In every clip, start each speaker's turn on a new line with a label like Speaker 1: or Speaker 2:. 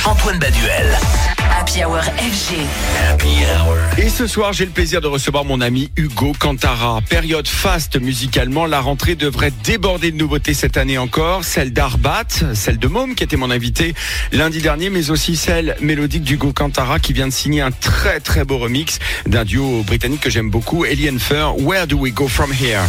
Speaker 1: Antoine Baduel.
Speaker 2: Happy Hour FG.
Speaker 1: Happy Hour.
Speaker 3: Et ce soir, j'ai le plaisir de recevoir mon ami Hugo Cantara. Période faste musicalement, la rentrée devrait déborder de nouveautés cette année encore. Celle d'Arbat, celle de Môme qui était mon invité lundi dernier, mais aussi celle mélodique d'Hugo Cantara qui vient de signer un très très beau remix d'un duo britannique que j'aime beaucoup, Ellie & Fur. Where do we go from here?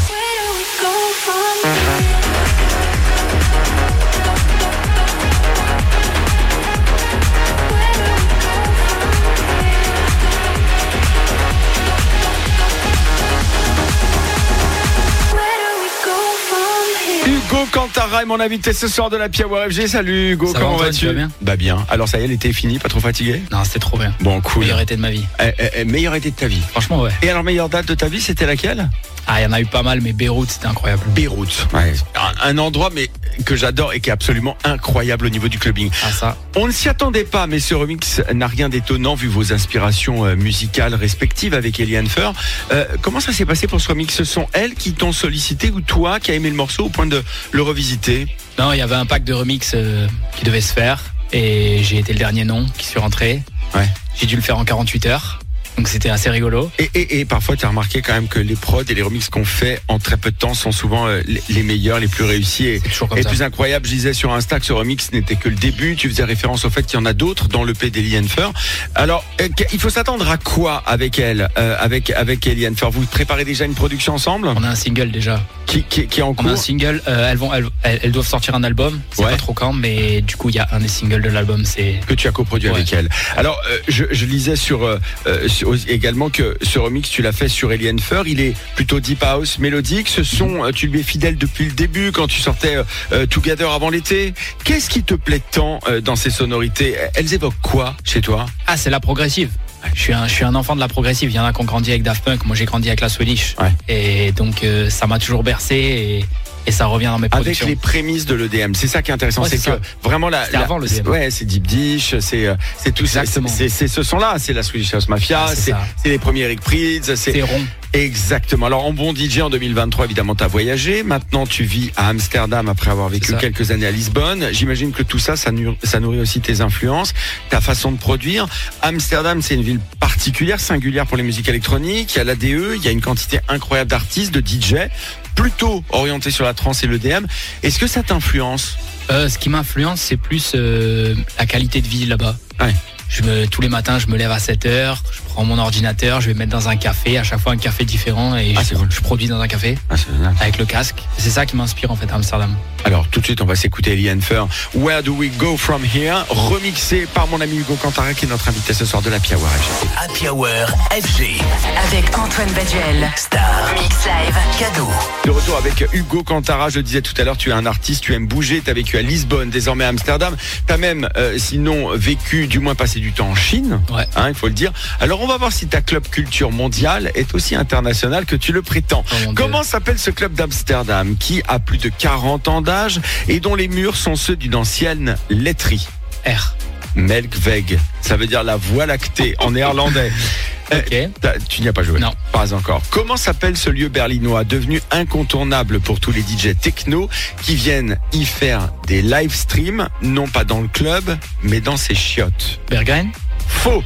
Speaker 3: Hugo Cantara est mon invité ce soir de la Happy Hour FG. Salut Hugo, comment vas-tu?
Speaker 4: Bien.
Speaker 3: Bah bien. Alors ça y est, l'été est fini, pas trop fatigué?
Speaker 4: Non, c'était trop bien.
Speaker 3: Bon, cool.
Speaker 4: Meilleur été de ma vie.
Speaker 3: Meilleure été de ta vie.
Speaker 4: Franchement, ouais.
Speaker 3: Et alors, meilleure date de ta vie, c'était laquelle?
Speaker 4: Ah, il y en a eu pas mal, mais Beyrouth, c'était incroyable.
Speaker 3: Beyrouth. Ouais. Un endroit mais que j'adore et qui est absolument incroyable au niveau du clubbing.
Speaker 4: Ah, ça.
Speaker 3: On ne s'y attendait pas, mais ce remix n'a rien d'étonnant vu vos inspirations musicales respectives avec Ellie & Fur. Comment ça s'est passé pour ce remix? Ce sont elles qui t'ont sollicité ou toi qui as aimé le morceau au point de le revisiter?
Speaker 4: Non, il y avait un pack de remix qui devait se faire et j'ai été le dernier nom qui suis rentré.
Speaker 3: Ouais.
Speaker 4: J'ai dû le faire en 48 heures. Donc c'était assez rigolo.
Speaker 3: Et parfois tu as remarqué quand même que les prods et les remixes qu'on fait en très peu de temps sont souvent les meilleurs, les plus réussis et les plus incroyables. Je disais sur Insta que ce remix n'était que le début. Tu faisais référence au fait qu'il y en a d'autres dans l'EP d'Ellie & Fur. Alors il faut s'attendre à quoi avec elle, avec Ellie & Fur? Vous préparez déjà une production ensemble?
Speaker 4: On a un single déjà.
Speaker 3: Qui est en cours?
Speaker 4: On a un single, elles doivent sortir un album, c'est pas trop quand, mais du coup il y a un des singles de l'album, c'est
Speaker 3: que tu as coproduit avec elle. Alors je lisais sur également que ce remix tu l'as fait sur Ellie & Fur. Il est plutôt deep house, mélodique. Ce son, tu lui es fidèle depuis le début quand tu sortais Together avant l'été. Qu'est-ce qui te plaît tant dans ces sonorités? Elles évoquent quoi chez toi?
Speaker 4: Ah, c'est la progressive. Je suis un enfant de la progressive. Il y en a qui ont grandi avec Daft Punk. Moi, j'ai grandi avec la Swedish.
Speaker 3: Ouais.
Speaker 4: Et donc, ça m'a toujours bercé et ça revient dans mes productions.
Speaker 3: Avec les prémices de l'EDM. C'est ça qui est intéressant.
Speaker 4: Ouais,
Speaker 3: c'est que vraiment
Speaker 4: avant l'EDM.
Speaker 3: Ouais, c'est Deep Dish, c'est tout ça. C'est ce son-là. C'est la Swedish House Mafia. C'est les premiers Eric Prydz.
Speaker 4: C'est rond.
Speaker 3: Exactement. Alors, en bon DJ en 2023, évidemment, tu as voyagé. Maintenant, tu vis à Amsterdam après avoir vécu quelques années à Lisbonne. J'imagine que tout ça, ça nourrit aussi tes influences, ta façon de produire. Amsterdam, c'est une ville particulière, singulière pour les musiques électroniques. Il y a l'ADE, il y a une quantité incroyable d'artistes, de DJ, plutôt orientés sur la trance et l'EDM. Est-ce que ça t'influence?
Speaker 4: Ce qui m'influence, c'est plus la qualité de vie là-bas.
Speaker 3: Ouais.
Speaker 4: Tous les matins, je me lève à 7h, je prends mon ordinateur, je vais mettre dans un café, à chaque fois un café différent et je produis dans un café avec le casque. C'est ça qui m'inspire en fait à Amsterdam. Alors
Speaker 3: tout de suite, on va s'écouter Ellie & Fur, Where do we go from here, remixé par mon ami Hugo Cantara qui est notre invité ce soir de la Happy Hour FG.
Speaker 1: Happy Hour FG.
Speaker 2: Avec Antoine Baduel.
Speaker 1: Star.
Speaker 2: Mix live.
Speaker 1: Cadeau.
Speaker 3: De retour avec Hugo Cantara, je le disais tout à l'heure, tu es un artiste, tu aimes bouger, tu as vécu à Lisbonne, désormais à Amsterdam. Tu as même, sinon, vécu, du moins passé du temps en Chine, il faut le dire. Alors on va voir si ta club culture mondiale est aussi internationale que tu le prétends. Comment s'appelle ce club d'Amsterdam qui a plus de 40 ans d'âge et dont les murs sont ceux d'une ancienne laiterie?
Speaker 4: R.
Speaker 3: Melkweg, ça veut dire la voie lactée en néerlandais.
Speaker 4: Okay.
Speaker 3: Tu n'y as pas joué?
Speaker 4: Non.
Speaker 3: Pas encore. Comment s'appelle ce lieu berlinois devenu incontournable pour tous les DJ techno qui viennent y faire des live streams, non pas dans le club, mais dans ses chiottes?
Speaker 4: Berghain?
Speaker 3: Faux.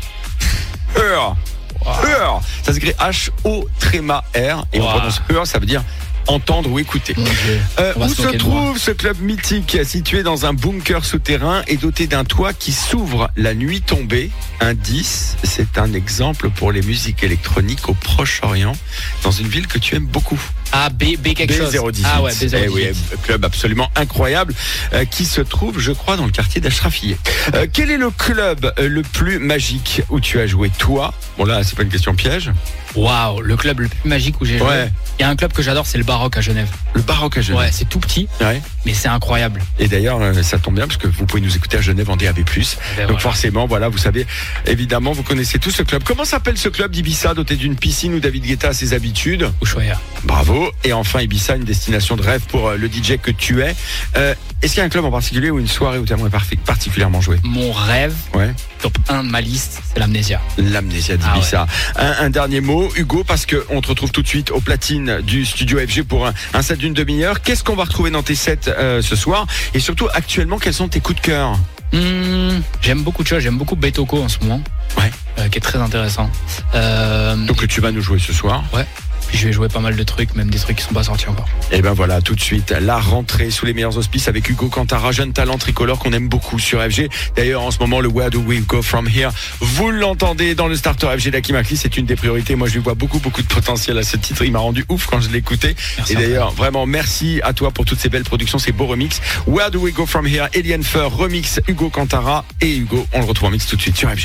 Speaker 3: Heur. Heur. Ça s'écrit H-O-R et on prononce Heur, ça veut dire entendre ou écouter. Où se trouve ce club mythique situé dans un bunker souterrain et doté d'un toit qui s'ouvre la nuit tombée? Indice, c'est un exemple pour les musiques électroniques au Proche-Orient, dans une ville que tu aimes beaucoup.
Speaker 4: Ah, B quelque chose.
Speaker 3: B018.
Speaker 4: Ah ouais, B018.
Speaker 3: Oui, club absolument incroyable qui se trouve, je crois, dans le quartier d'Ashrafillah. Quel est le club le plus magique où tu as joué, toi? Bon là, c'est pas une question piège.
Speaker 4: Waouh, le club le plus magique où j'ai joué. Il y a un club que j'adore, c'est le Baroque à Genève.
Speaker 3: Le Baroque à Genève.
Speaker 4: Ouais, c'est tout petit, mais c'est incroyable.
Speaker 3: Et d'ailleurs, ça tombe bien parce que vous pouvez nous écouter à Genève en DAB+. Donc forcément, voilà, vous savez, évidemment, vous connaissez tout ce club. Comment s'appelle ce club d'Ibiza doté d'une piscine où David Guetta a ses habitudes?
Speaker 4: Ushuaïa.
Speaker 3: Bravo. Et enfin, Ibiza, une destination de rêve pour le DJ que tu es. Est-ce qu'il y a un club en particulier ou une soirée où tu aimerais particulièrement jouer?
Speaker 4: Mon rêve, top 1 de ma liste, c'est l'Amnésia.
Speaker 3: L'Amnésia d'Ibiza. Un dernier mot, Hugo, parce qu'on te retrouve tout de suite au platine du studio FG pour un set d'une demi-heure. Qu'est-ce qu'on va retrouver dans tes sets ce soir? Et surtout, actuellement, quels sont tes coups de cœur?
Speaker 4: J'aime beaucoup de choses. J'aime beaucoup Betoko en ce moment.
Speaker 3: Ouais.
Speaker 4: Qui est très intéressant.
Speaker 3: Donc tu vas nous jouer ce soir.
Speaker 4: Ouais. Puis je vais jouer pas mal de trucs, même des trucs qui sont pas sortis encore.
Speaker 3: Et ben voilà, tout de suite, la rentrée sous les meilleurs auspices avec Hugo Cantara, jeune talent tricolore qu'on aime beaucoup sur FG. D'ailleurs, en ce moment, le Where Do We Go From Here, vous l'entendez dans le starter FG d'Hakim Akli, c'est une des priorités. Moi, je lui vois beaucoup de potentiel à ce titre. Il m'a rendu ouf quand je l'ai écouté. Merci. Et d'ailleurs, vraiment, merci à toi pour toutes ces belles productions, ces beaux remixes. Where Do We Go From Here, Eliane Feur, remix Hugo Cantara. Et Hugo, on le retrouve en mix tout de suite sur FG.